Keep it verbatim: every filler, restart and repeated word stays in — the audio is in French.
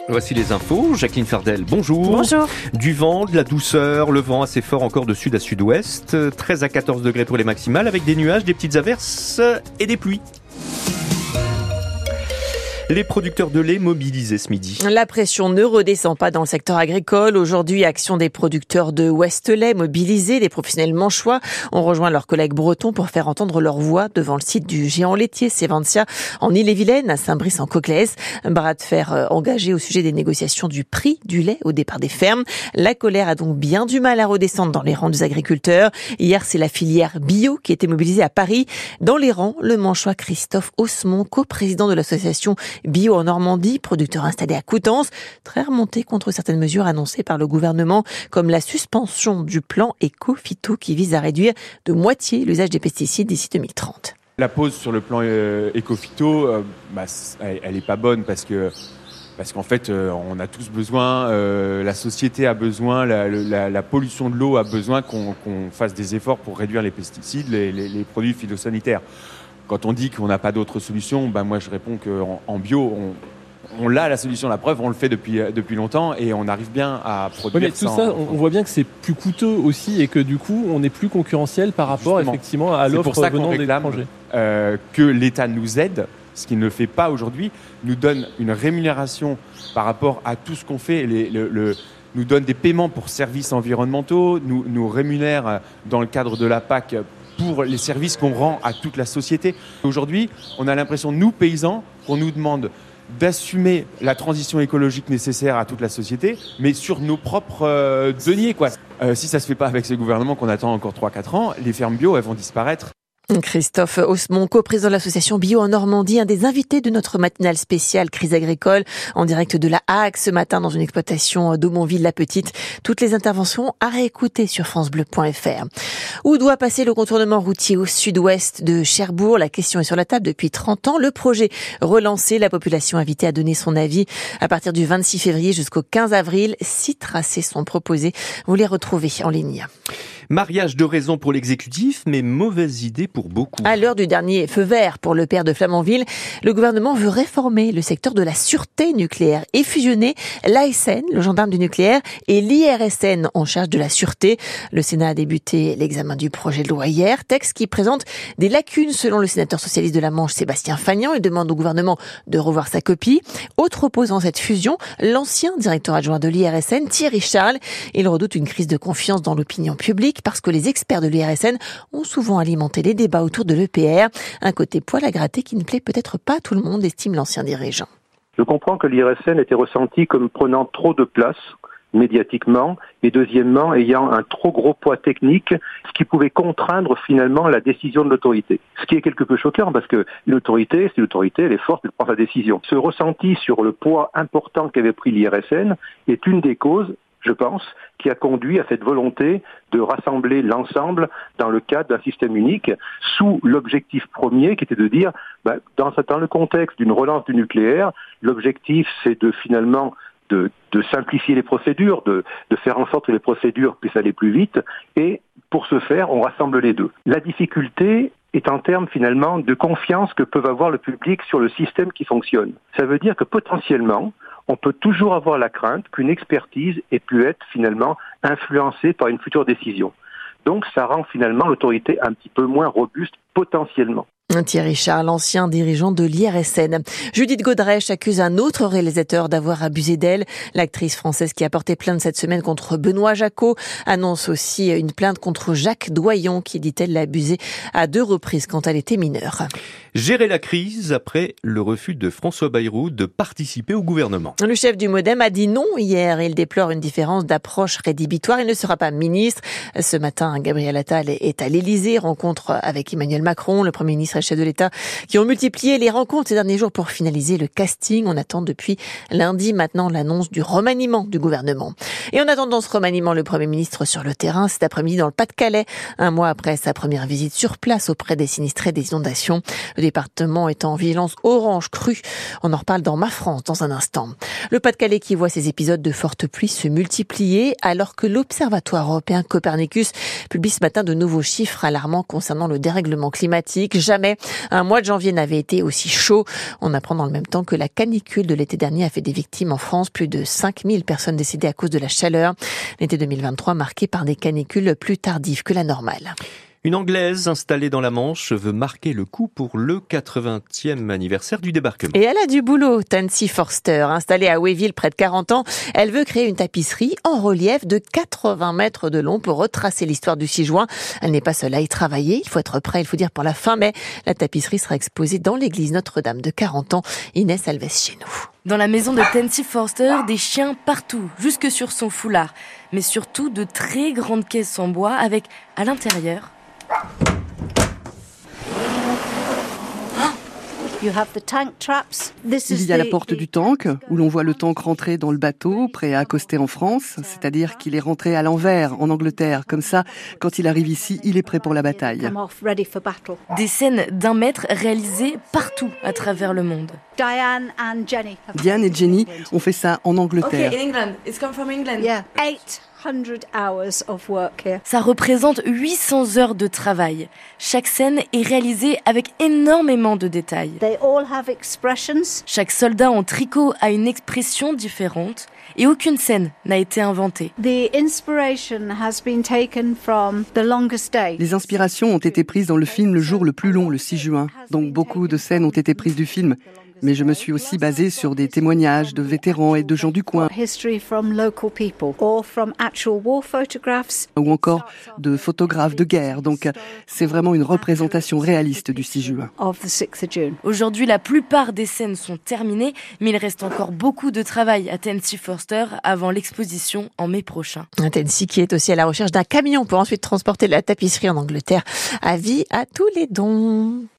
Voici les infos. Jacqueline Fardel, bonjour. Bonjour. Du vent, de la douceur, le vent assez fort encore de sud à sud-ouest. treize à quatorze degrés pour les maximales avec des nuages, des petites averses et des pluies. Les producteurs de lait mobilisés ce midi. La pression ne redescend pas dans le secteur agricole. Aujourd'hui, action des producteurs de Westlait mobilisés. Les professionnels manchois ont rejoint leurs collègues bretons pour faire entendre leur voix devant le site du géant laitier Seventia en Ille-et-Vilaine, à Saint-Brice en Cauclès. Un bras de fer engagé au sujet des négociations du prix du lait au départ des fermes. La colère a donc bien du mal à redescendre dans les rangs des agriculteurs. Hier, c'est la filière bio qui était mobilisée à Paris. Dans les rangs, le manchois Christophe Osmond, coprésident de l'association Bio en Normandie, producteur installé à Coutances, très remonté contre certaines mesures annoncées par le gouvernement, comme la suspension du plan Éco-Phyto qui vise à réduire de moitié l'usage des pesticides d'ici deux mille trente. La pause sur le plan euh, Éco-Phyto, euh, bah, elle n'est pas bonne parce que parce qu'en fait, euh, on a tous besoin, euh, la société a besoin, la, la, la pollution de l'eau a besoin qu'on, qu'on fasse des efforts pour réduire les pesticides, les, les, les produits phytosanitaires. Quand on dit qu'on n'a pas d'autre solution, ben moi je réponds qu'en en bio, on, on l'a la solution, la preuve, on le fait depuis, depuis longtemps et on arrive bien à produire. Oui, mais tout sans... ça, on voit bien que c'est plus coûteux aussi et que du coup, on est plus concurrentiel par rapport Justement, effectivement à l'offre venant des étrangers. Euh, que l'État nous aide, ce qu'il ne fait pas aujourd'hui, nous donne une rémunération par rapport à tout ce qu'on fait, les, le, le, nous donne des paiements pour services environnementaux, nous, nous rémunère dans le cadre de la P A C pour les services qu'on rend à toute la société. Aujourd'hui, on a l'impression, nous paysans, qu'on nous demande d'assumer la transition écologique nécessaire à toute la société, mais sur nos propres euh, deniers, quoi. Euh, si ça se fait pas avec ce gouvernement qu'on attend encore trois à quatre ans, les fermes bio, elles vont disparaître. Christophe Osmond, coprésident de l'association Bio en Normandie, un des invités de notre matinale spéciale crise agricole, en direct de la Hague ce matin dans une exploitation d'Aumonville-la-Petite. Toutes les interventions à réécouter sur francebleu point f r. Où doit passer le contournement routier au sud-ouest de Cherbourg? La question est sur la table depuis trente ans. Le projet relancé, la population invitée à donner son avis à partir du vingt-six février jusqu'au quinze avril. Six tracés sont proposés. Vous les retrouvez en ligne. Mariage de raison pour l'exécutif, mais mauvaise idée pour beaucoup. À l'heure du dernier feu vert pour le père de Flamanville, le gouvernement veut réformer le secteur de la sûreté nucléaire et fusionner l'A S N, le gendarme du nucléaire, et l'I R S N en charge de la sûreté. Le Sénat a débuté l'examen du projet de loi hier, texte qui présente des lacunes selon le sénateur socialiste de la Manche Sébastien Fagnan. Il demande au gouvernement de revoir sa copie. Autre opposant à cette fusion, l'ancien directeur adjoint de l'I R S N, Thierry Charles. Il redoute une crise de confiance dans l'opinion publique parce que les experts de l'I R S N ont souvent alimenté les débats autour de l'E P R. Un côté poil à gratter qui ne plaît peut-être pas à tout le monde, estime l'ancien dirigeant. Je comprends que l'I R S N était ressenti comme prenant trop de place médiatiquement et deuxièmement ayant un trop gros poids technique, ce qui pouvait contraindre finalement la décision de l'autorité. Ce qui est quelque peu choquant parce que l'autorité, c'est l'autorité, elle est forte, elle prend sa décision. Ce ressenti sur le poids important qu'avait pris l'I R S N est une des causes, je pense, qui a conduit à cette volonté de rassembler l'ensemble dans le cadre d'un système unique sous l'objectif premier qui était de dire, bah, dans, dans le contexte d'une relance du nucléaire, l'objectif c'est de finalement de, de simplifier les procédures, de, de faire en sorte que les procédures puissent aller plus vite et pour ce faire, on rassemble les deux. La difficulté est en termes finalement de confiance que peuvent avoir le public sur le système qui fonctionne. Ça veut dire que potentiellement, on peut toujours avoir la crainte qu'une expertise ait pu être finalement influencée par une future décision. Donc ça rend finalement l'autorité un petit peu moins robuste potentiellement. Thierry Charles, ancien dirigeant de l'I R S N. Judith Godrèche accuse un autre réalisateur d'avoir abusé d'elle. L'actrice française qui a porté plainte cette semaine contre Benoît Jacot annonce aussi une plainte contre Jacques Doyon qui, dit-elle, l'a abusée à deux reprises quand elle était mineure. Gérer la crise après le refus de François Bayrou de participer au gouvernement. Le chef du MoDem a dit non hier. Il déplore une différence d'approche rédhibitoire. Il ne sera pas ministre. Ce matin, Gabriel Attal est à l'Élysée, rencontre avec Emmanuel Macron, le Premier ministre et le chef de l'État, qui ont multiplié les rencontres ces derniers jours pour finaliser le casting. On attend depuis lundi maintenant l'annonce du remaniement du gouvernement. Et en attendant ce remaniement, le Premier ministre sur le terrain cet après-midi dans le Pas-de-Calais, un mois après sa première visite sur place auprès des sinistrés des inondations. Le département est en vigilance orange crue. On en reparle dans Ma France dans un instant. Le Pas-de-Calais qui voit ces épisodes de fortes pluies se multiplier alors que l'Observatoire européen Copernicus publie ce matin de nouveaux chiffres alarmants concernant le dérèglement climatique. Jamais un mois de janvier n'avait été aussi chaud. On apprend dans le même temps que la canicule de l'été dernier a fait des victimes en France. Plus de cinq mille personnes décédées à cause de la chaleur. L'été deux mille vingt-trois marqué par des canicules plus tardives que la normale. Une Anglaise installée dans la Manche veut marquer le coup pour le quatre-vingtième anniversaire du débarquement. Et elle a du boulot. Tansy Forster, installée à Wéville près de quarante ans, elle veut créer une tapisserie en relief de quatre-vingts mètres de long pour retracer l'histoire du six juin. Elle n'est pas seule à y travailler. Il faut être prêt, il faut dire, pour la fin mai. La tapisserie sera exposée dans l'église Notre-Dame de quarante ans. Inès Alves chez nous. Dans la maison de Tansy Forster, des chiens partout, jusque sur son foulard. Mais surtout de très grandes caisses en bois avec, à l'intérieur, il y a la porte du tank, où l'on voit le tank rentrer dans le bateau, prêt à accoster en France, c'est-à-dire qu'il est rentré à l'envers, en Angleterre. Comme ça, quand il arrive ici, il est prêt pour la bataille. Des scènes d'un mètre réalisées partout à travers le monde. Diane et Jenny ont fait ça en Angleterre. Okay, in England. It's come from England. Yeah. eight hundred hours of work here. Ça représente huit cents heures de travail. Chaque scène est réalisée avec énormément de détails. They all have expressions. Chaque soldat en tricot a une expression différente et aucune scène n'a été inventée. The inspiration has been taken from The Longest Day. Les inspirations ont été prises dans le film Le jour le plus long, le six juin. Donc beaucoup de scènes ont été prises du film. Mais je me suis aussi basée sur des témoignages de vétérans et de gens du coin. Ou encore de photographes de guerre. Donc c'est vraiment une représentation réaliste du six juin. Aujourd'hui, la plupart des scènes sont terminées, mais il reste encore beaucoup de travail à Tansy Forster avant l'exposition en mai prochain. Tansy qui est aussi à la recherche d'un camion pour ensuite transporter la tapisserie en Angleterre. Avis à tous les dons.